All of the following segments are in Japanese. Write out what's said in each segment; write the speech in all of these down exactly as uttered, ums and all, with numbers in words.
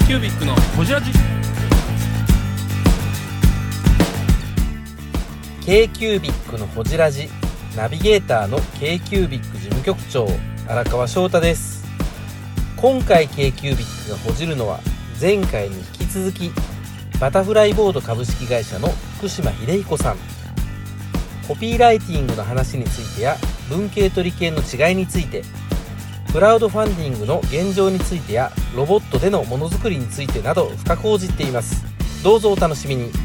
キュービックのホジラジ k キュービックのホジラジナビゲーターの k キュービック事務局長荒川翔太です。今回 k キュービックがほじるのは前回に引き続きバタフライボード株式会社の福島秀彦さん、コピーライティングの話についてや文系と理系の違いについて、クラウドファンディングの現状についてやロボットでのものづくりについてなど深く報じっています。どうぞお楽しみに。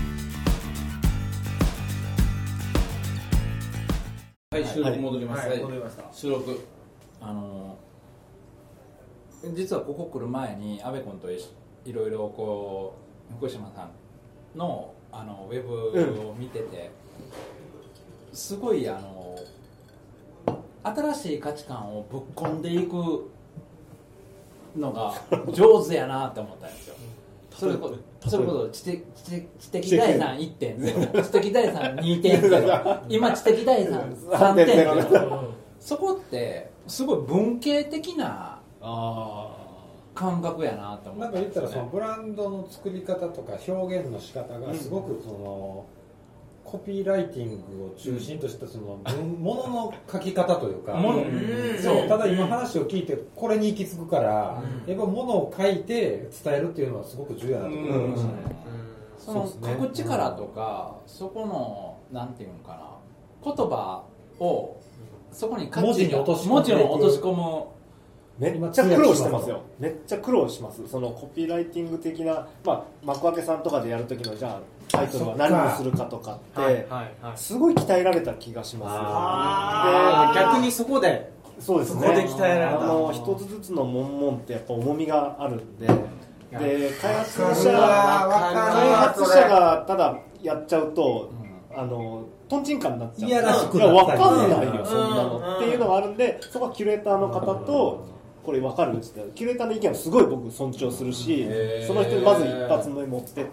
はい、収録戻ります。 はいはい、戻りました。 収録、あの実はここ来る前に阿部君といろいろこう福島さんのあのウェブを見てて、うん、すごいあの新しい価値観をぶっ込んでいくのが上手やなって思ったんですよ。それこそそれこそ知的、知的、知的財産 いってんゼロ、知的財産 にてんゼロ、今知的財産 さんてんゼロ、そこってすごい文系的な感覚やなと思ったんですよね。 なんか言ったらそのブランドの作り方とか表現の仕方がすごくその、うん、コピーライティングを中心としたそのものの書き方というか、うん、そうただ今話を聞いてこれに行き着くから、うん、やっぱものを書いて伝えるっていうのはすごく重要だなと思いましたね。 その書く力とか、うん、そこのなんていうのかな、言葉をそこに価値文字に落とし込む、 文字を落とし込む。 めっちゃ苦労してますよ。めっちゃ苦労します。そのコピーライティング的な、まあ幕開けさんとかでやる時のじゃあタイトルは何をするかとかって、はいはいはい、すごい鍛えられた気がします。 あで逆にそこでそうですね。 そこで鍛えられた。 あの一つずつの文言ってやっぱ重みがあるんで、で開発者開発者がただやっちゃうと、うん、あのトンチンカンになっちゃう。いやらしくなったり。いや分かんないよそんなのっていうのがあるんで、そこはキュレーターの方とこれ分かるって言ってキュレーターの意見をすごい僕尊重するし、その人にまず一発目持ってって、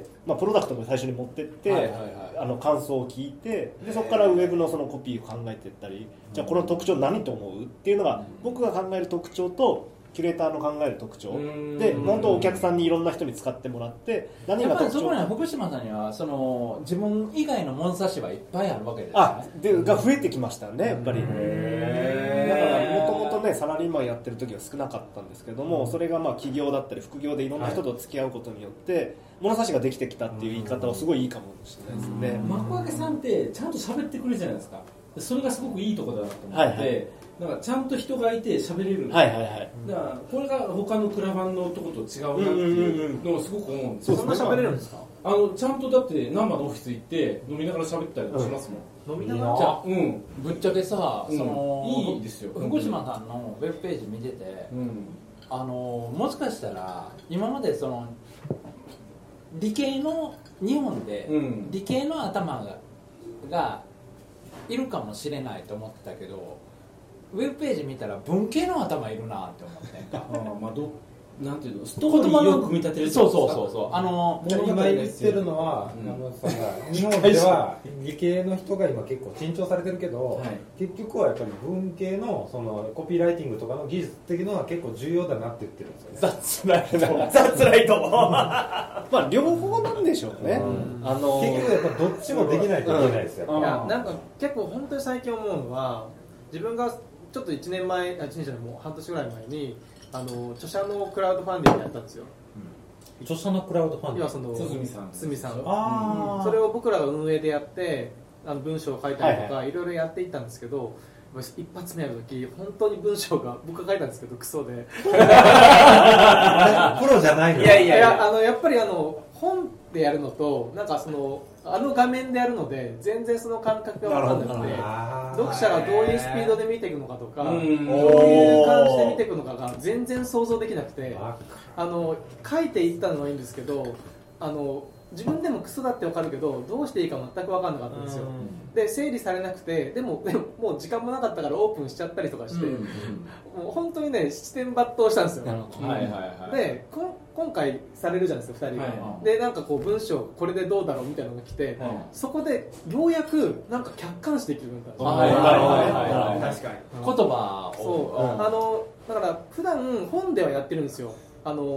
まあ、プロダクトも最初に持ってって、はいはいはい、あの感想を聞いて、でそこからウェブのそのコピーを考えていったり、じゃあこの特徴何と思うっていうのが僕が考える特徴とキュレーターの考える特徴で、本当お客さんにいろんな人に使ってもらって何が特徴。やっぱりそこには福島さんにはその自分以外の物差しはいっぱいあるわけですね。 あでが増えてきましたねやっぱり。だからもともとねサラリーマンやってる時は少なかったんですけども、うん、それがまあ起業だったり副業でいろんな人と付き合うことによって、はい、物差しができてきたっていう言い方はすごいいいかもしれないですね。 幕開けさんってちゃんと喋ってくれるじゃないですか。それがすごくいいところだなと思って、はいはい、だからちゃんと人がいて喋れるんですよ、はいはいはい、だからこれが他のクラファンのとこと違うなっていうのをすごく思うんですよ。 そんな喋れるんですか？ あのちゃんとだって生のオフィス行って飲みながら喋ったりもしますもん、うん、飲みながらじゃあ、うん、ぶっちゃけさ、うん、そのいいですよ。福島さんのウェブページ見てて、うん、あのもしかしたら今までその理系の日本で、うん、理系の頭ががいるかもしれないと思ってたけど、ウェブページ見たら文系の頭いるなって思ってんかあ、まあ、どなんていうのストーリーを組み立てる。そうそうそうそう、あの今言ってるのは、うん、あのさ日本では理系の人が今結構珍重されてるけど、はい、結局はやっぱり文系のそのコピーライティングとかの技術的なのは結構重要だなって言ってるんですよね。 雑ライト雑ライトまあ両方なんでしょうね、うん、あのー、 結局やっぱどっちもできないといけないですよ、 うん、いやなんか結構本当に最近思うのは、自分がちょっといちねんまえ、あいちねんじゃないもう半年ぐらい前にあの著者のクラウドファンディングやったんですよ、 うん、著者のクラウドファンディング、 要はその堤さん堤さん、 あ、 うん、それを僕らが運営でやってあの文章を書いたりとか、はいはい、いろいろやっていったんですけど、一発目やるとき本当に文章が僕が書いたんですけどクソでプロじゃないの。 いやいやいや、あのやっぱりあの本でやるのとなんかそのあの画面でやるので全然その感覚が分からなくて、読者がどういうスピードで見ていくのかとか、どういう感じで見ていくのかが全然想像できなくて、あの書いていったのはいいんですけど、あの自分でもクソだって分かるけどどうしていいか全く分かんなかったんですよ。で整理されなくて、でも、でももう時間もなかったからオープンしちゃったりとかして、うんうん、もう本当にね七点抜刀したんですよ。はいはいはい、でこ今回されるじゃないですかふたりが、はいはい、でなんかこう文章これでどうだろうみたいなのが来て、はい、そこでようやくなんか客観視できるようになったんですよ。はいはいはいはい、確かに言葉をそう、うん、あのだから普段本ではやってるんですよ。あの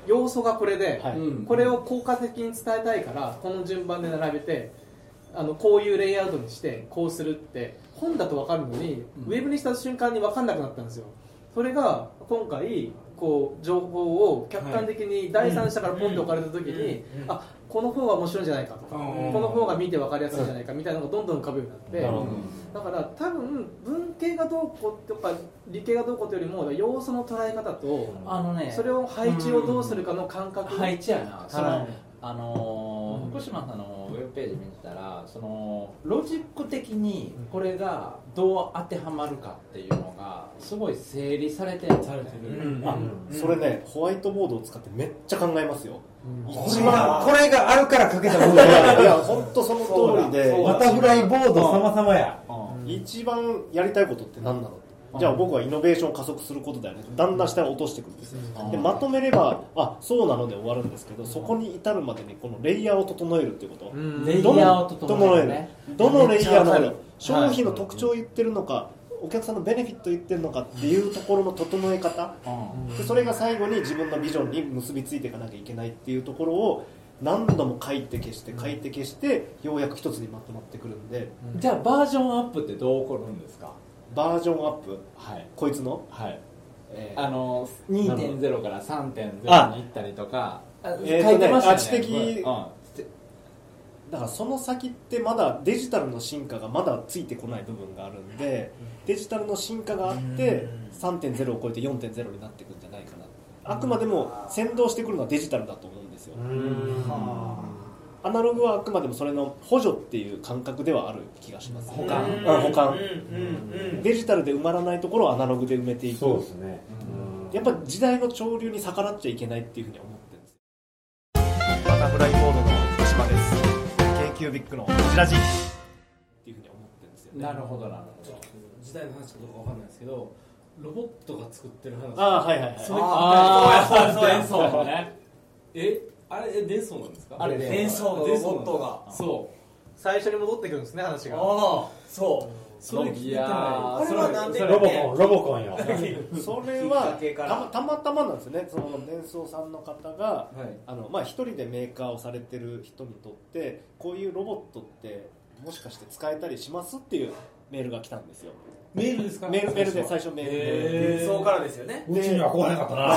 要素がこれで、 はい、 これを効果的に伝えたいからこの順番で並べてあのこういうレイアウトにしてこうするって本だと分かるのに、うん、ウェブにした瞬間に分かんなくなったんですよ。それが今回こう情報を客観的に第三者からポンって置かれた時に、あこの方が面白いんじゃないかとか、うん、この方が見て分かりやすいんじゃないかみたいなのがどんどん浮かぶようになって、うん、だから多分文系がどうこうとか理系がどうこうというよりも要素の捉え方と、あの、ね、それを配置をどうするかの感覚、 配置やな、そのあのー、福島さんのウェブページ見てたらそのロジック的にこれがどう当てはまるかっていうのがすごい整理されてる、 うん、あ、うん、それねホワイトボードを使ってめっちゃ考えますよ、 うん、一番これがあるから書けたものいやいや本当その通りでバタフライボード様々や、 うん、一番やりたいことって何なの、じゃあ僕はイノベーションを加速することだよね、だんだん下に落としていくんですよ、でまとめればあそうなので終わるんですけど、そこに至るまでにこのレイヤーを整えるっていうこと、 レイヤーを整える、ね、 どのレイヤーの商品の特徴を言ってるのか、お客さんのベネフィットを言ってるのかっていうところの整え方、でそれが最後に自分のビジョンに結びついていかなきゃいけないっていうところを何度も書いて消して書いて消してようやく一つにまとまってくるんで、 じゃあバージョンアップってどう起こるんですか。 バージョンアップ、 はい、 こいつの、 はいえー、あの にてんゼロ から さんてんゼロ に行ったりとかえーとね、書いてましたね、知的、うん、だからその先ってまだデジタルの進化がまだついてこない部分があるんで、デジタルの進化があって さんてんゼロ を超えて よんてんゼロ になっていくんじゃないかな。あくまでも先導してくるのはデジタルだと思うんですよ。うーん、アナログはあくまでもそれの補助っていう感覚ではある気がします。補完、うん、補完、デジタルで埋まらないところをアナログで埋めていく。 そうですね、 うん、やっぱ時代の潮流に逆らっちゃいけないっていうふうに思ってるんです。バタフライボードの福島です。 K キュービックのこちらじっていうふうに思ってるんですよね。 なるほどなるほど。 時代の話かどうかわかんないですけど、ロボットが作ってる話、 ああはいはいはい、 それああそうやそうやそうねえあれ伝送なんですか。 あれ伝送のロボットがそう最初に戻ってくるんですね、話が。 ああそうそれ聞いてない。あれはなんでロボコンロボコンよそれはたまたまなんですね。その伝送さんの方が、はい、あのまあ一人でメーカーをされてる人にとってこういうロボットってもしかして使えたりしますっていうメールが来たんですよ。 メールですか。 メールメールで最初メールで伝送からですよね。 うちには来なかったな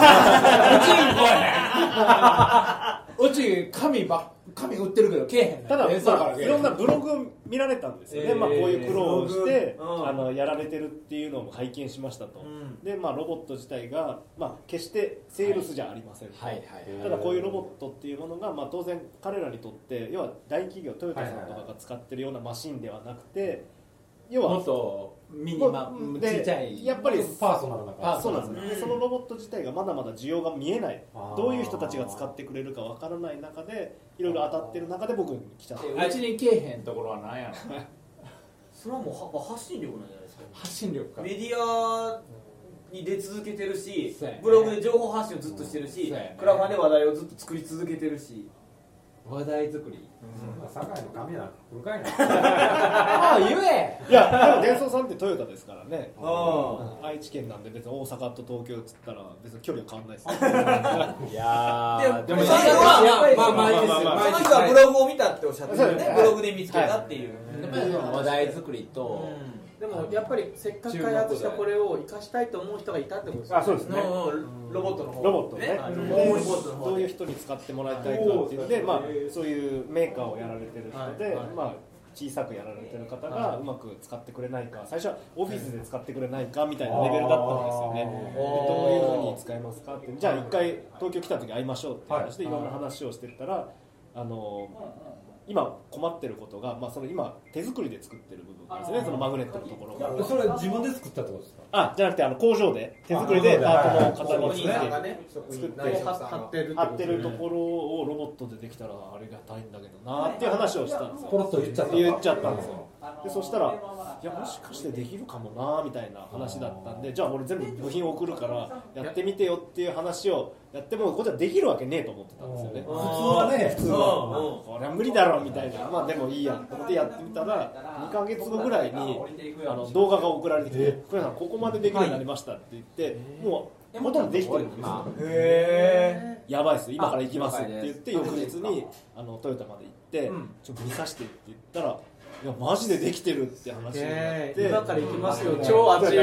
うちに来へんうち紙ば紙売ってるけどけえへん。 ただ、まあ、いろんなブログを見られたんですよね、えーまあ、こういう苦労をして、うん、あのやられてるっていうのも拝見しましたと、うん、で、まあ、ロボット自体が、まあ、決してセールスじゃありませんと、はいはいはいはい、ただこういうロボットっていうものが、まあ、当然彼らにとって要は大企業トヨタさんとかが使ってるようなマシンではなくて、要はもっとミニマムちっちゃいやっぱりパーソナルな感じ。 そうなんですね、うん、そのロボット自体がまだまだ需要が見えない、どういう人たちが使ってくれるかわからない中でいろいろ当たってる中で僕に来ちゃった。 うちにけえへんところは何やろそれはもうは発信力なんじゃないですか。 発信力か。 メディアに出続けてるし、ブログで情報発信をずっとしてるし、クラファンで話題をずっと作り続けてるし、 話題作り、 うん、堺の神なんか来るかいなああ言え。 いやでも伝送さんってトヨタですからね。あ愛知県なんで別に大阪と東京っつったら別に距離は変わんないですいやでもそれはまあまあいいですよ。その人はブログを見たっておっしゃってるね。ブログで見つけたっていう、 はい、話題作りと、 うんでもやっぱりせっかく開発したこれを生かしたいと思う人がいたってことですよね。 あ、そうですね。 ロボットの方。 ロボットね。 ねどういう人に使ってもらいたいかっていうので、まあそういうメーカーをやられてる人で、まあ小さくやられてる方がうまく使ってくれないか、最初はオフィスで使ってくれないかみたいなレベルだったんですよね。どういうふうに使えますかって、じゃあ一回東京来た時会いましょうって話でいろんな話をしてったら、あの。今困ってることが、まあ、その今手作りで作ってる部分ですね、そのマグネットのところが。 それ自分で作ったってことですか。 あ、じゃなくてあの工場で手作りでパートの方に作って作って貼ってるところをロボットでできたらありがたいんだけどなっていう話をしたんですよ。 ポロッと言っちゃった言っちゃったんですよ。でそしたらいやもしかしてできるかもなみたいな話だったんで、じゃあ俺全部部品送るからやってみてよっていう話をやってもこっちはできるわけねえと思ってたんですよね。 普通はね、普通はこれは無理だろうみたいな、まあでもいいやと思ってやってみたらにかげつごぐらいにあの動画が送られてきて、福山さんここまでできるようになりましたって言って、もうほとんどできてるんですよ。へー、やばいっす、今から行きますって言って翌日にあのトヨタまで行って、うん、ちょっと見させてって言ったら、いやマジでできてるって話になって、 今から行きますよ、超熱い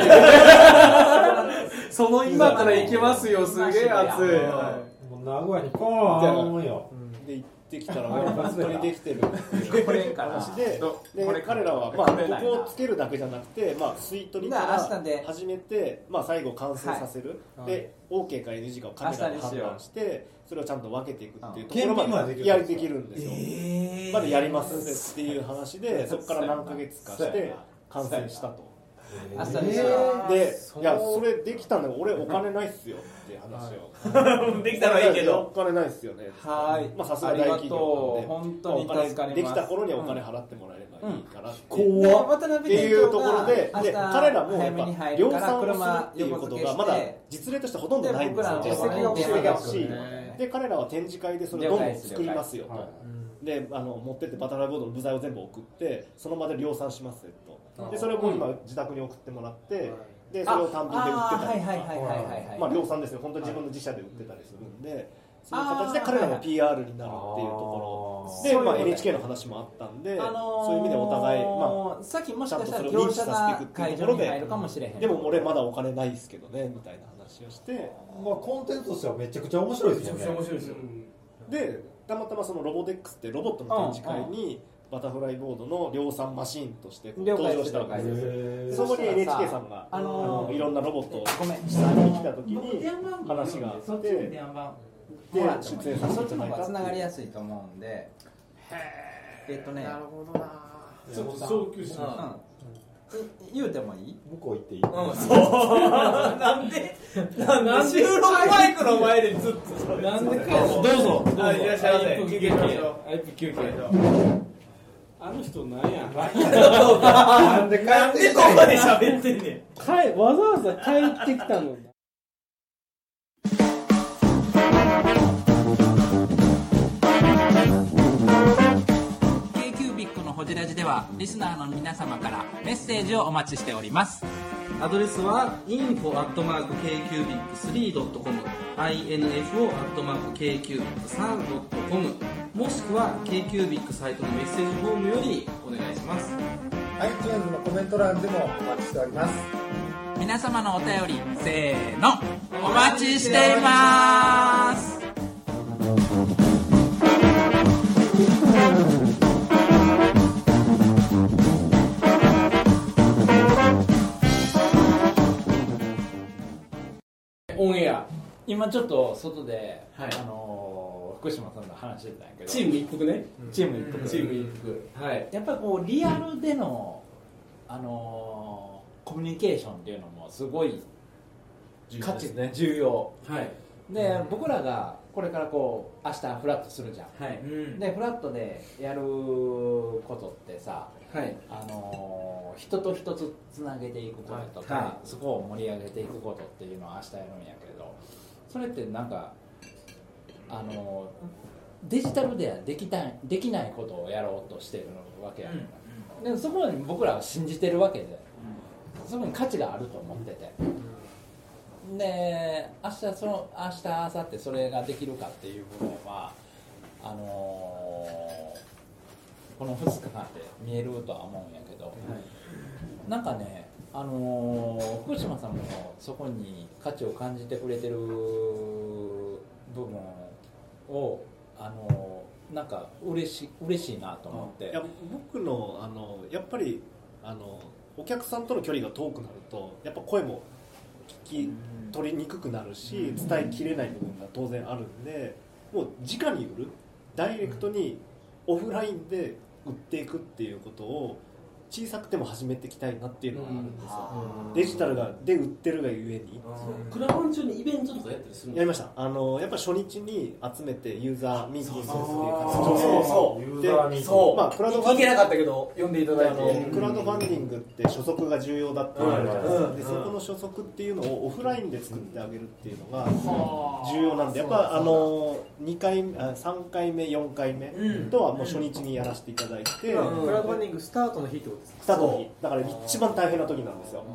その今から行きますよ、すげえ熱い、 もう名古屋にポーンよで行ってきたら本当にできてるっていう話で、で彼らはまあここをつけるだけじゃなくて、まあスイートリから始めて、まあ最後完成させる、で OK か エヌジー かをカメラで判断してそれをちゃんと分けていくっていうところまでやりできるんですよ。までやりますっていう話で、そこから何ヶ月かして完成したと。 明日にしよう。で、いやそれできたんだけど俺お金ないっすよっていう話を。 できたらいいけどお金ないっすよね。 はい。 まあさすが大企業なんで、本当に助かります。 できた頃にお金払ってもらえればいいからってっていうところで、で彼らもやっぱ量産をするっていうことがまだ実例としてほとんどないんですよ。実績が欲しいですし、で彼らは展示会でそれをどんどん作りますよと。であの持ってってバタフライボードの部材を全部送ってその場で量産しますと。でそれをもう今自宅に送ってもらって、でそれを単品で売ってたりとか、まあ量産ですよ、本当に自分の自社で売ってたりするんで、そういう形で彼らも ピーアール になるっていうところで、まあ エヌエイチケー の話もあったんで、そういう意味でお互いまあさっきもしかしたら業者が会場に入るかもしれへん。 でも俺まだお金ないですけどねみたいな話をして、 まあコンテンツとしてはめちゃくちゃ面白いですよね。 面白いですよ。 でたまたまそのロボデックスってロボットの展示会にバタフライボードの量産マシンとして登場したわけです。そこに エヌエイチケー さんがあのいろんなロボットを試算に来た時に話があって、で出演させていただいた。 つながりやすいと思うんで、えっとね、 なるほどな。 ちょっと早急します。 言うてもいい？ 向こう行っていい？ うん、そう。なんで、なんで収録マイクの前でずっと。 なんでか。どうぞ。どうぞ。 いらっしゃいませ。休憩しましょう。 アイピー休憩。あの人なんや。 なんでなんでここまで喋ってんねん。 かい、わざわざ帰ってきたの。 ホジラジではリスナーの皆様からメッセージをお待ちしております。 アドレスは インフォ アットマーク ケーキュービックスリー ドットコム インフォ アットマーク ケーキュービックスリー ドットコム もしくは K-Cubic サイトのメッセージフォームよりお願いします。 iTunes のコメント欄でもお待ちしております。 皆様のお便りせーのお待ちしています。 オンエア今ちょっと外で、 はい、 あのー、福島さんの話してたんやけど、 チーム一服ね、 うん、チーム一服、 チーム一服、はい、 やっぱりこうリアルでの、あのー、コミュニケーションっていうのもすごい価値、ね、重要、 はい、 で、うん、僕らがこれからこう明日フラットするじゃん、 はい、うん、 でフラットでやることってさ、 はい、 あのー、人と人とつなげていくこととか、はいはい、そこを盛り上げていくことっていうのを明日やるんやけど、それってなんか、あのー、デジタルではできたいできないことをやろうとしてるわけや、うん、でそこに僕らは信じてるわけで、うん、そこに価値があると思ってて、うん、で明日その明日明後日それができるかっていう部分はあのーこのふつかかんで見えるとは思うんやけど、はい、なんかね、あのー、福島さんもそこに価値を感じてくれてる部分を、あのー、なんか嬉し嬉しいなと思って。 いや僕の、あのやっぱりあのお客さんとの距離が遠くなるとやっぱ声も聞き取りにくくなるし、伝えきれない部分が当然あるんで、もう直に売る、ダイレクトにオフラインで売っていくっていうことを小さくても始めていきたいなっていうのがあるんですよ、うん、デジタルがで売ってるがゆえに、 うん、クラファン中にイベントとかやったりするんですか？ やりました。あのやっぱ初日に集めてユーザーミーティングするっていう形で、 そうそうユーザーミーティング、そう、まあ、クラウドファンディング行けなかったけど呼んでいただいて、 クラウドファンディングって初速が重要だって言われてるじゃないですか。でそこの初速っていうのをオフラインで作ってあげるっていうのが重要なんで、やっぱあのにかいあさんかいめよんかいめとはもう初日にやらせていただいて、 うん、クラウドファンディングスタートの日ってことですか？ スタートの日だから一番大変な時なんですよ。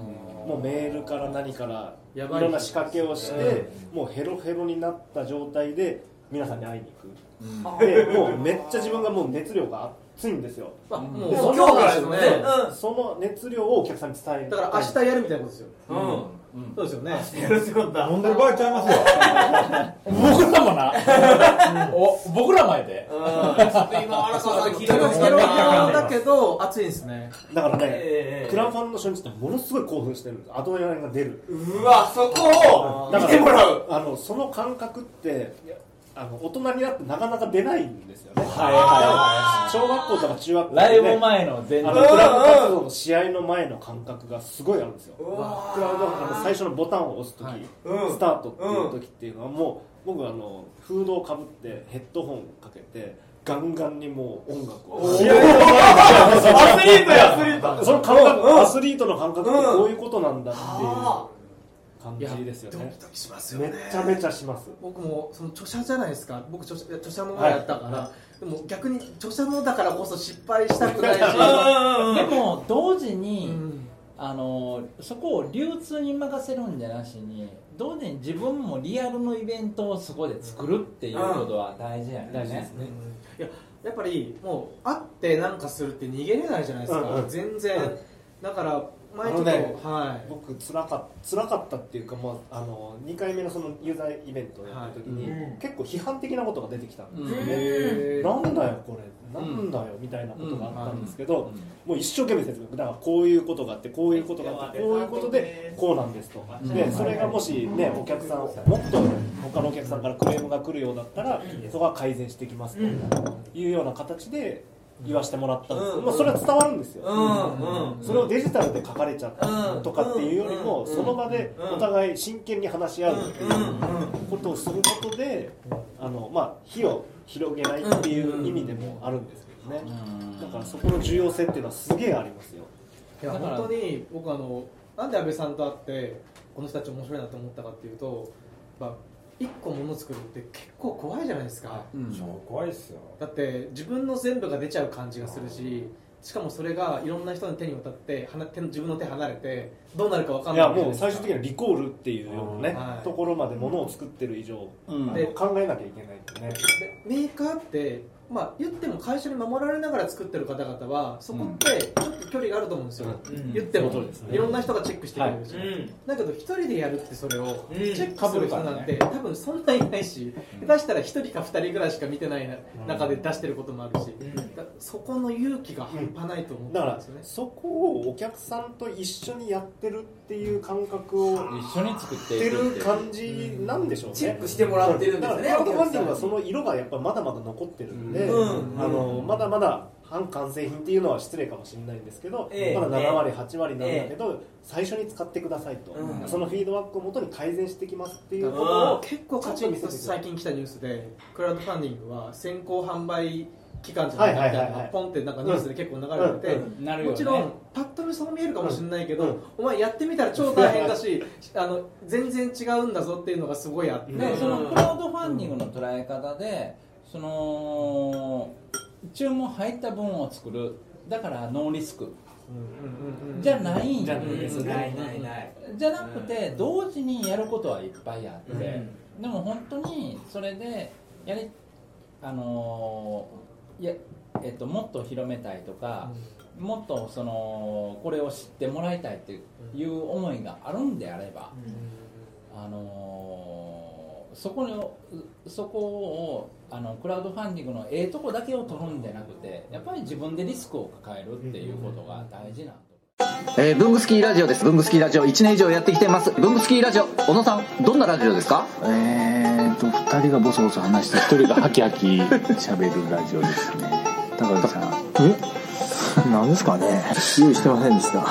もうメールから何からいろんな仕掛けをして、もうヘロヘロになった状態で皆さんに会いに行く、うん、でもうめっちゃ自分がもう熱量が熱いんですよ。 もうその今日からですね、 その熱量をお客さんに伝える。 だから明日やるみたいなことですよ。うん、そうですよね。 やるってことだ。 飲んでる場合ちゃいますよ。 僕らもな。お僕ら前で。 今荒川さん聞いてますけどだけど熱いですね。 だからね、クラファンの初日ってものすごい興奮してるんです。アドレナリンが出る。 うわ、そこを見てもらう。 あのその感覚って。あの大人になってなかなか出ないんですよね。 はいはいはい。 小学校とか中学校で、 ね、ライブ前の前あのクラウド活動の試合の前の感覚がすごいあるんですよ。クラウドあの最初のボタンを押す時、はい、スタートっていう時っていうのはもう僕あのフードをかぶってヘッドホンかけてガンガンにもう音楽を試合の前にアスリートやアスリート。 その感覚、うん、アスリートの感覚ってこういうことなんだっていう。感じですよね。 ドキドキしますよね。 めちゃめちゃします。 僕もその著者じゃないですか。僕著者著者の前やったから、はい、でも逆に著者のだからこそ失敗したくないし。 でも同時に、うん、あのそこを流通に任せるんじゃなしに、同時に自分もリアルのイベントをそこで作るっていうことは大事やね。 大事ですね。いややっぱりもう会ってなんかするって逃げれないじゃないですか。うんうん、全然、うん、だから。前ちょっと、ね、はい、 僕つらか辛かったっていうか、まあ、あのにかいめのそのユーザーイベントをやった時に、はい、結構批判的なことが出てきたんですよね。なんだよこれなんだよみたいなことがあったんですけど、もう一生懸命説明、だからこういうことがあってこういうことがあってこういうことでこうなんですと。でそれがもしねお客さんもっと他のお客さんからクレームが来るようだったらそこは改善していきますというような形で言わせてもらったんですけど、まあ、それは伝わるんですよ、うんうん、それをデジタルで書かれちゃったとかっていうよりも、その場でお互い真剣に話し合うっていうことをすることで、あの、まあ、火を広げないっていう意味でもあるんですけどね。だからそこの重要性っていうのはすげえありますよ。 いや本当に僕あのなんで安倍さんと会ってこの人たち面白いなと思ったかっていうと、まあ一個もの作るって結構怖いじゃないですか、 うん、超怖いですよ。 だって自分の全部が出ちゃう感じがするし、しかもそれがいろんな人の手に渡って手の自分の手離れてどうなるか分かんない。 いやもう最終的にはリコールっていうようなね、はい、ところまでものを作ってる以上、うん、で考えなきゃいけないってね。 でメーカーってまあ、言っても会社に守られながら作ってる方々はそこってちょっと距離があると思うんですよ、うん、言っても、うんね、いろんな人がチェックしてくれるし、はい、だけど一人でやるってそれをチェックする人なんて、うん、多分そんなにいないし、うん、下手したら一人か二人ぐらいしか見てない中で出してることもあるし、うん、だそこの勇気が半端ないと思ってるんですよね、うん、だからそこをお客さんと一緒にやってるっていう感覚を一緒に作っている感じなんでしょうね。 チェックしてもらってるんですね。 だからクラウドファンディングはその色がやっぱまだまだ残ってるんで、うん、あのまだまだ半完成品っていうのは失礼かもしれないんですけど、えー、まだななわりはちわりなんだけど、えー、最初に使ってくださいと、うん、そのフィードバックをもとに改善してきますっていうことを結構カチンと最近来たニュースでクラウドファンディングは先行販売期間じゃないかみたいなポンってなんかニュースで結構流れてて、うんうん、もちろんパッと見そう見えるかもしれないけど、うん、お前やってみたら超大変だしあの全然違うんだぞっていうのがすごいあって、 でそのクラウドファンディングの捉え方でその注文入った分を作る、だからノーリスクじゃないんですね。 ないないないじゃなくて同時にやることはいっぱいあって、うん、でも本当にそれでやりあのいやえっともっと広めたいとか、うん、もっとそのこれを知ってもらいたいっていう思いがあるんであれば、うん、あのそこのそこをあのクラウドファンディングのええとこだけを取るんじゃなくて、やっぱり自分でリスクを抱えるっていうことが大事なんだ。 えー、ブングスキーラジオです。ブングスキーラジオいちねん以上やってきてます。ブングスキーラジオ、小野さんどんなラジオですか？ えーとふたりがボソボソ話してひとりがハキハキ喋るラジオですね。高橋さん、え何ですかね、用意してませんでした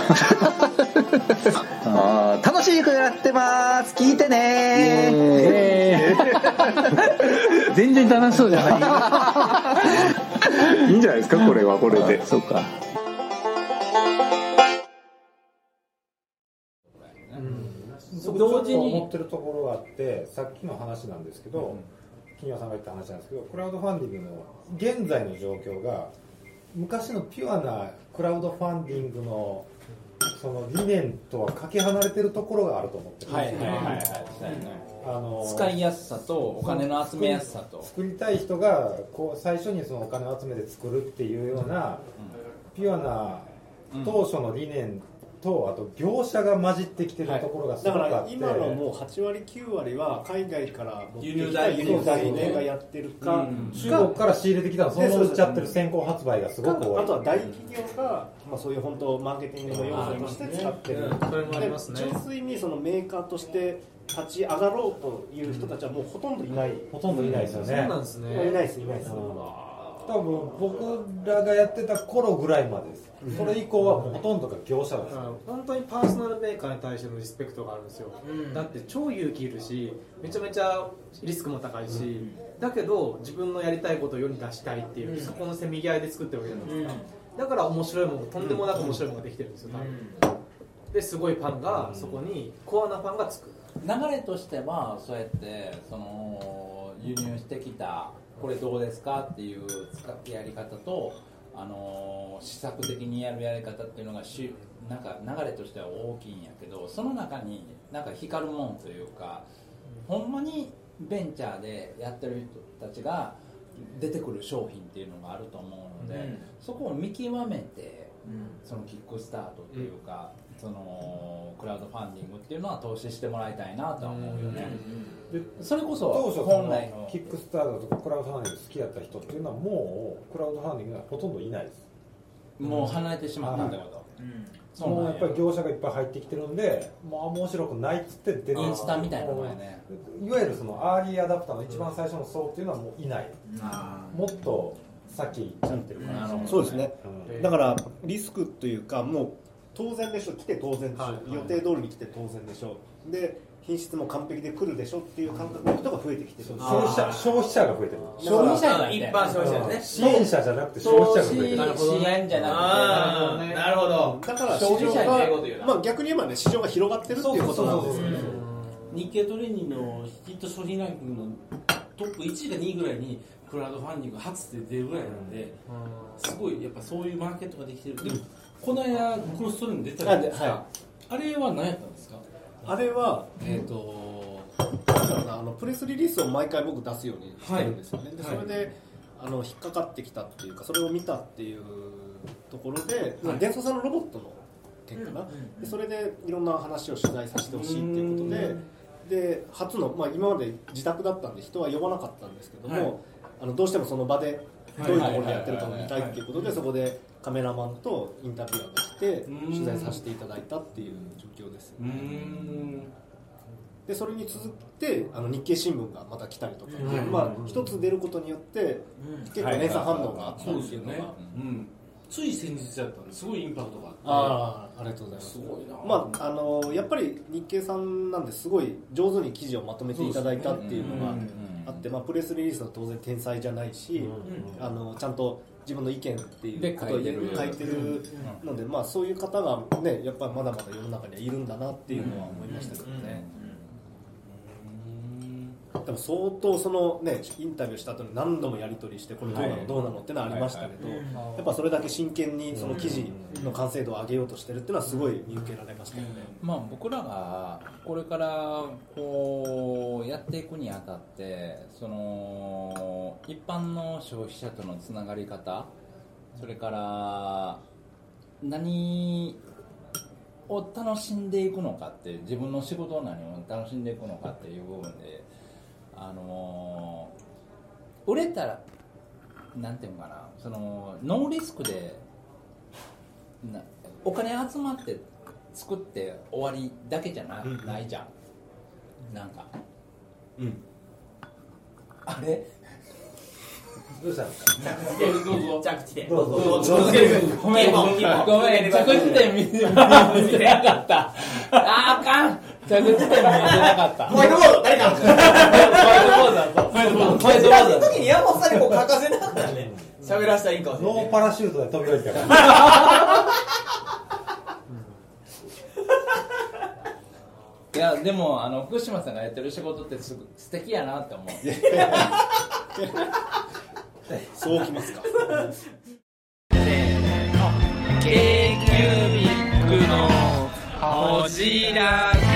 あ楽しくやってます、聞いてねー全然楽しそうじゃないいいんじゃないですか、これはこれで。そうか、 同時に思ってるところがあって、さっきの話なんですけど、金谷さんが言った話なんですけど、クラウドファンディングの現在の状況が昔のピュアなクラウドファンディングのその理念とはかけ離れてるところがあると思ってるんですよ。 はいはいはいはい、あの使いやすさとお金の集めやすさと、 作りたい人がこう最初にそのお金を集めて作るっていうような、うん、ピュアな当初の理念と、あと業者が混じってきてるところがすごくあって、はい、 だから今のもうはちわりきゅうわりは海外から持ってきた輸入代理がやってるか、うん、 中国から仕入れてきたのそのまま売っちゃってる先行発売がすごく多い。 あとは大企業が、まあ、そういう本当マーケティングの要素として使ってる、ね、 それもありますね。 純粋にそのメーカーとして立ち上がろうという人たちはもうほとんどいない、 ほとんどいないですよね。 そうなんですね。 いないですいないです。 多分僕らがやってた頃ぐらいまでです、うん、それ以降はもうほとんどが業者です、うん、 本当にパーソナルメーカーに対してのリスペクトがあるんですよ、うん、だって超勇気いるしめちゃめちゃリスクも高いし、うん、だけど自分のやりたいことを世に出したいっていう、うん、そこのせめぎ合いで作ってるわけじゃないですか、うん、だから面白いものとんでもなく面白いものができてるんですよ、多分、うん、ですごいファンがそこにコアなファンがつく。 流れとしてはそうやってその輸入してきたこれどうですかっていうやり方と、あのー、試作的にやるやり方っていうのがしなんか流れとしては大きいんやけど、その中になんか光るもんというか、ほんまにベンチャーでやってる人たちが出てくる商品っていうのがあると思うので、うん、そこを見極めて、うん、そのキックスタートっていうか、うん、そのクラウドファンディングっていうのは投資してもらいたいなとは思うよね、うん、でそれこそ本来のキックスタートとかクラウドファンディング好きだった人っていうのはもうクラウドファンディングはほとんどいないです。 もう離れてしまったってこと、 うん、そうもうやっぱり業者がいっぱい入ってきてるんで、もう面白くないっつって出て、 インスタみたいなもんやね。 いわゆるそのアーリーアダプターの一番最初の層っていうのはもういない、うん、もっと先行っちゃってるから、 うん、そうですね、うん、だからリスクというかもう当然でしょ、来て当然でしょ、はいはい、予定通りに来て当然でしょで品質も完璧で来るでしょっていう感覚の人が増えてきてる。 消費者消費者が増えてる。 消費者が一般消費者ですね。支援者じゃなくて消費者が増えてる。 なるほど、支援じゃなくて、 なるほど。 だから市場が、まあ逆に言えばね、市場が広がってるっていうことなんですよね。 日経トレンディのヒット商品ランキングのトップいちいかにいぐらいにクラウドファンディング初で出るぐらいなんで、すごいやっぱそういうマーケットができてる。でもこの間クロストレンド出たじゃないですか。あれは何やったんですか？ あれはえっと。あのプレスリリースを毎回僕出すようにしてるんですよね、はい、でそれで、はい、あの引っかかってきたっていうかそれを見たっていうところで、はい、伝送さんのロボットの件かな、うん、でそれでいろんな話を取材させてほしいっていうことで、で初の、まあ、今まで自宅だったんで人は呼ばなかったんですけども、はい、あのどうしてもその場でどういうところでやってるかを見たいっていうことでそこでカメラマンとインタビュアーが来て取材させていただいたっていう状況ですよね。でそれに続いてあの日経新聞がまた来たりとか、うんまあ、一つ出ることによって、うん、結構連鎖反応があったっていうのが、 つい先日だったんですごいインパクトがあって、 ああ、ありがとうございます。すごいな、まあ、あのやっぱり日経さんなんですごい上手に記事をまとめていただいたっていうのがあって、まあ、プレスリリースは当然天才じゃないし、うん、あのちゃんと自分の意見っていうことを書いてるので、まあ、そういう方が、ね、やっぱりまだまだ世の中にはいるんだなっていうのは思いましたけどね。でも相当そのねインタビューした後に何度もやり取りしてこれどうなの、はい、どうなのってのはありましたけど、はいはい、やっぱそれだけ真剣にその記事の完成度を上げようとしてるっていうのはすごい見受けられましたよね。 まあ、僕らがこれからこうやっていくにあたってその一般の消費者とのつながり方、それから何を楽しんでいくのかって、自分の仕事を何を楽しんでいくのかっていう部分で、あのー、売れたらなんていうのかな、そのノーリスクでなお金集まって作って終わりだけじゃ な,、うん、ないじゃん、なんか、うん、あれどうしたんですか？ 着地点どうぞどうぞごめんごめん着地点見てなかった。ああかん、着地点見てなかった。 ホワイトボード誰かホワイトボードだぞ。ホワイトボードホワイトボードの時に山本さんにこう欠かせなかったね。喋らせたらいいかもしれない。 ノーパラシュートで飛び降りたからいやでもあの福島さんがやってる仕事ってす素敵やなって思う。 そうきますか。 せーの、K-キュービックのほじらじ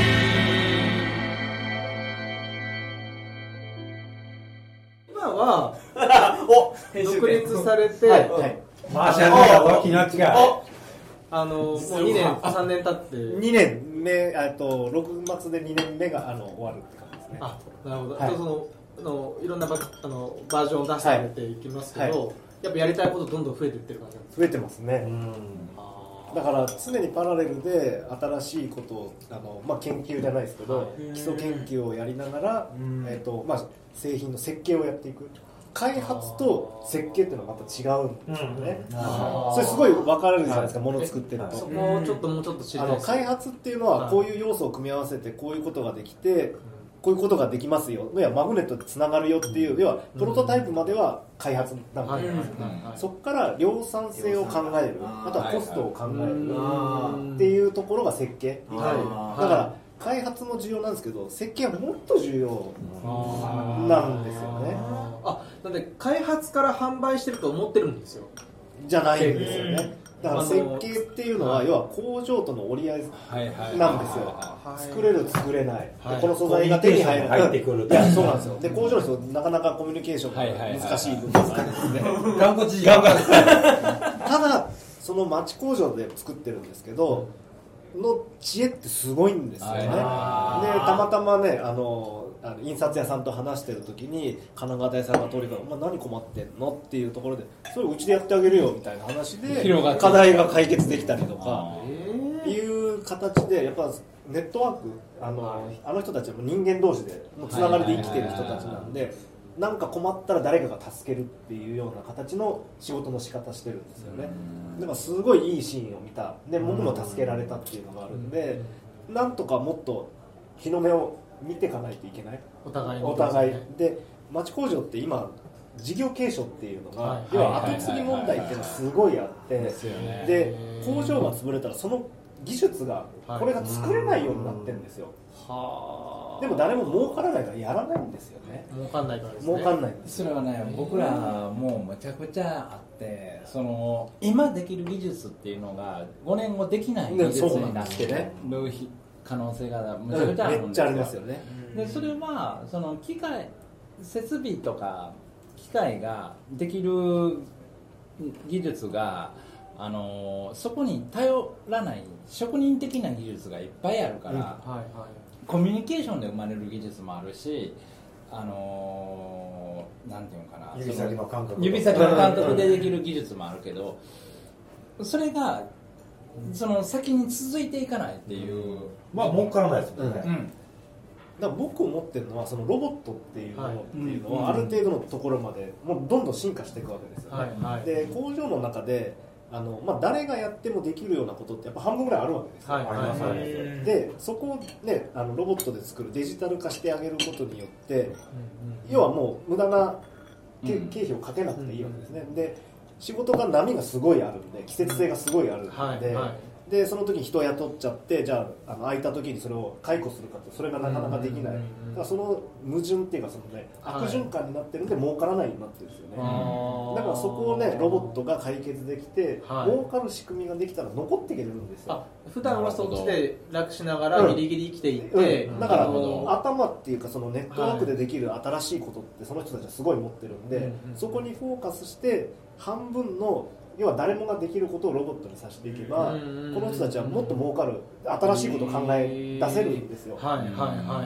今はお独立されて、 はいはい、 マーシャルが気の違いあのもうにねんさんねん経ってにねんめ、あとろくがつでにねんめがあの終わるって感じですね。 あ、なるほど、 はい、 そのあのいろんなバあのバージョンを出されていきますけど、はいはい、やっぱやりたいことどんどん増えていってる感じなんですか？ 増えてますね。うんだから常にパラレルで新しいことをあの、まあ、研究じゃないですけど基礎研究をやりながら、えーとまあ、製品の設計をやっていく開発と設計っていうのはまた違うんですよね、うん、それすごい分かれるじゃないですか、ものを作ってると。 そこをちょっともうちょっと知りたいです。 開発っていうのはこういう要素を組み合わせてこういうことができてこういうことができますよ、要はマグネットでつながるよっていう、要はプロトタイプまでは開発段階なんですよね。そこから量産性を考える、あとはコストを考えるっていうところが設計。だから開発も重要なんですけど設計はもっと重要なんですよね。 あ、なんで開発から販売してると思ってるんですよ。 じゃないんですよね。だから設計っていうのは要は工場との折り合いなんですよ。作れる作れない、はい、この素材が手に入る入ってくる。 いやそうなんですよ。で工場の人なかなかコミュニケーションが難しい部分ですね。 頑固知事。 ただその町工場で作ってるんですけど、の知恵ってすごいんですよね。でたまたまねあのあの印刷屋さんと話してる時に金型屋さんが通りから「お前何困ってんの?」っていうところで「それうちでやってあげるよ」みたいな話で課題が解決できたりとかいう形でやっぱネットワークあのあの人たちは人間同士でもうつながりで生きてる人たちなんで何か困ったら誰かが助けるっていうような形の仕事の仕方してるんですよね。だからすごいいいシーンを見たで僕も助けられたっていうのがあるんでなんとかもっと日の目を見ていかないといけない。 お互いお互いで町工場って今事業継承っていうのが、はい、要は後継ぎ問題っていうのがすごいあって、で工場が潰れたらその技術がこれが作れないようになってるんですよ。はでも誰も儲からないからやらないんですよね。 儲かんないからですね。 儲かんないんです。 それはね僕らもうむちゃくちゃあってその今できる技術っていうのがごねんごできない技術になってる可能性がむちゃくちゃあるんですよ。 めっちゃありますよね。 でそれはその機械設備とか機械ができる技術があのそこに頼らない職人的な技術がいっぱいあるから、うんはいはい、コミュニケーションで生まれる技術もあるし、あのなんていうのかな指先の感覚指先の感覚でできる技術もあるけどそれがその先に続いていかないっていう、 まあ儲からないですもんね、うんうん、 だから僕思ってるのはそのロボットっていうものっていうのはある程度のところまでもうどんどん進化していくわけですよね、はいはい、で工場の中であの、まあ、誰がやってもできるようなことってやっぱ半分ぐらいあるわけですよ、はいはいはい、でそこを、ね、あのロボットで作るデジタル化してあげることによって、うんうん、要はもう無駄な経費をかけなくていいわけですね、うんうん、で仕事が波がすごいあるんで季節性がすごいあるんで、はいはい、でその時に人を雇っちゃってじゃあ、あの空いた時にそれを解雇するかとそれがなかなかできない、だからその矛盾っていうかその、ね、悪循環になってるんで儲からないようになってるんですよね、はい、だからそこをねロボットが解決できて、はい、儲かる仕組みができたら残っていけるんですよ。 あ普段はそっちで楽しながらギリギリ生きていって、 うんうん、だから頭っていうかそのネットワークでできる新しいことってその人たちはすごい持ってるんで、はい、そこにフォーカスして半分の要は誰もができることをロボットにさせていけばこの人たちはもっと儲かる新しいことを考え出せるんですよ、はいはいはい、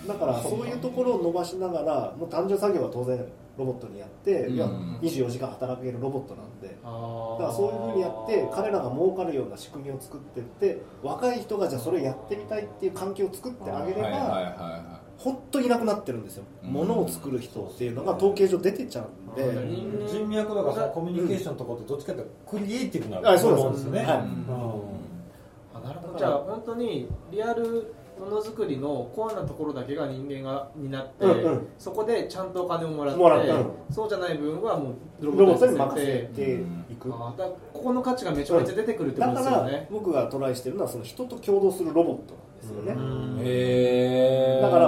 だからそういうところを伸ばしながらもう単純作業は当然ロボットにやっていやにじゅうよじかん働けるロボットなんでだからそういうふうにやって彼らが儲かるような仕組みを作っていって若い人がじゃあそれをやってみたいっていう環境を作ってあげれば本当にいなくなってるんですよ。物を作る人っていうのが統計上出てちゃうんで人脈だからコミュニケーションのところってどっちかというとクリエイティブなと思うんですよね。なるほど。じゃあ本当にリアルものづくりのコアなところだけが人間がになって、うんうん、そこでちゃんとお金をもらって、うん、そうじゃない部分はもうロボットに任せていく、うん、あだここの価値がめちゃめちゃ出てくるってことですよね。 だから僕がトライしてるのはその人と共同するロボットなんですよね。へだからもうバン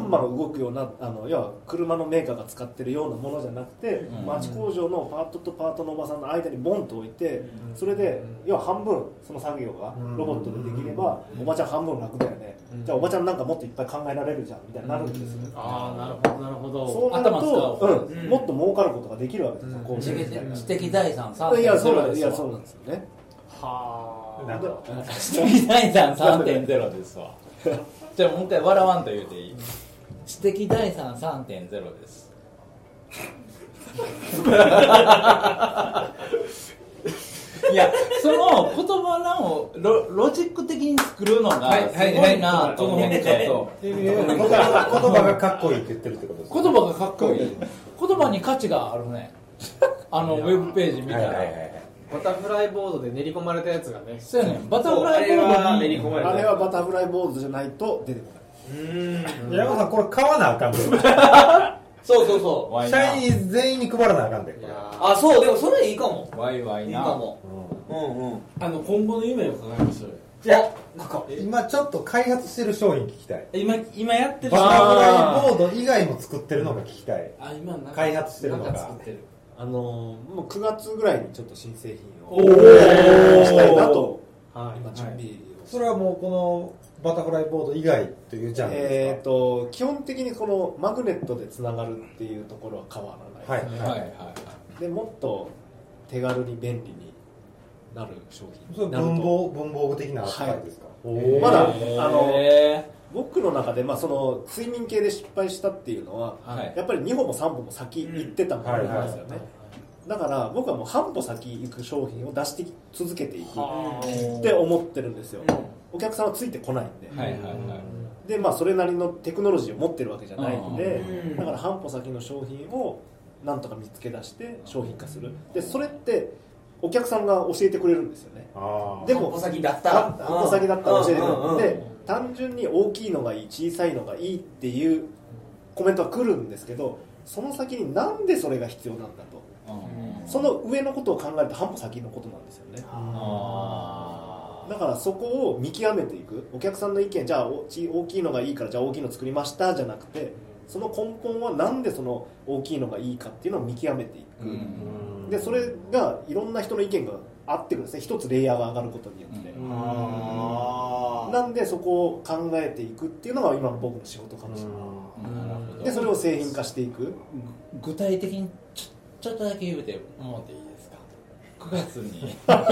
ンバン動くようなあの要は車のメーカーが使ってるようなものじゃなくて、うん、町工場のパートとパートのおばさんの間にボンと置いて、うん、それで要は半分その作業がロボットでできれば、うん、おばちゃん半分楽だよね、うん、じゃあおばちゃんなんかもっといっぱい考えられるじゃんみたいになるんですよ、うん、 ああなるほどなるほどそうなると、うんうん、もっと儲かることができるわけですよ、うん、 知的財産さんてんゼロいやそうなんですいやそうなんですよねはあ知的財産 さんてんゼロ ですわじゃあもう一回笑わんと言うていい知的財産 さんてんゼロ ですいやその言葉の ロ, ロジック的に作るのがすごいなと思って、言葉がかっこいいって言ってるってことですか。 言葉がかっこいい言葉に価値があるねあのウェブページ見たら、はいはいはい、 バタフライボードで練り込まれたやつがねそうやねバタフライボードに練り込まれたあれはバタフライボードじゃないと出てこないうん山本さんこれ買わなあかんでそうそうそう社員全員に配らなあかんであそうでもそれいいかもワイワイないいかも、うんうん、 あの今後の夢を伺いましょうよいやなんか今ちょっと開発してる商品聞きたい今今やってるバタフライボード以外も作ってるのが聞きたいあ今なんか開発してるのが作ってるあのもうくがつぐらいにちょっと新製品をしたいなと今準備を、はい、 それはもうこのバタフライボード以外というジャンルですか。 えーと基本的にこのマグネットでつながるっていうところは変わらないですね、はいはいはいはい、でもっと手軽に便利になる商品それ文房文房具的な扱いですか、 はい、まだあの僕の中で、まあ、その睡眠系で失敗したっていうのは、はい、やっぱりにほんもさんぼんも先行ってたものなんですよね、だから僕はもう半歩先行く商品を出して続けていくって思ってるんですよ。お客さんはついてこないんで、はいはいはい、でまあそれなりのテクノロジーを持ってるわけじゃないんで、だから半歩先の商品をなんとか見つけ出して商品化する。でそれってお客さんが教えてくれるんですよね。でも半歩先だったら半歩先だったら教えてくれるんで、単純に大きいのがいい小さいのがいいっていうコメントは来るんですけど、その先になんでそれが必要なんだと。その上のことを考えると半歩先のことなんですよね。だからそこを見極めていく。お客さんの意見じゃあ大きいのがいいからじゃあ大きいの作りましたじゃなくて、その根本はなんでその大きいのがいいかっていうのを見極めていく。でそれがいろんな人の意見が合ってくるんですね。一つレイヤーが上がることによって。なんでそこを考えていくっていうのが今の僕の仕事かもしれない。でそれを製品化していく。 具体的にちょちょっとだけ言うて思っていいですか。くがつに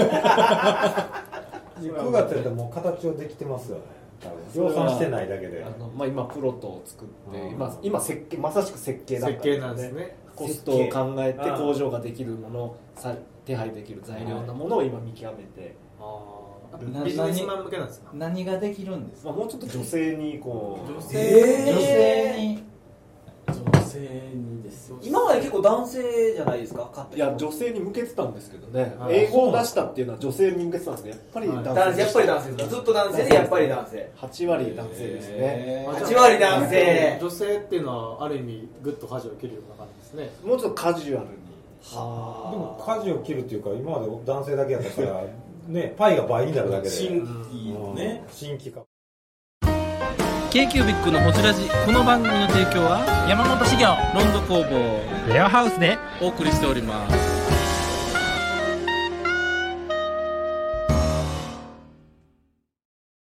くがつでもう形はできてますよね。量産してないだけであの、まあ、今プロトを作って今、今設計まさしく設計だったんですね。なんですね。 コストを考えて工場ができるもの手配できる材料なものを今見極めてビジネスマン向けなんですか。 何ができるんですか。 まあ、もうちょっと女性にこう女性、えー、女性に女性にですよ。 今まで結構男性じゃないですか。 いや女性に向けてたんですけどね。英語を出したっていうのは女性に向けてたんですけど、やっぱり男性。 やっぱり男性です。ずっと男性でやっぱり男性。 はちわり男性ですね。 はちわり男性。 女性っていうのはある意味グッと舵を切るような感じですね。 もうちょっとカジュアルに。 はあ。でも舵を切るっていうか今まで男性だけやったからねパイが倍になるだけで。 新規のね。 新規化。 k q b i c のホジラジ、この番組の提供は山本資源ロンド工房レアハウスでお送りしております。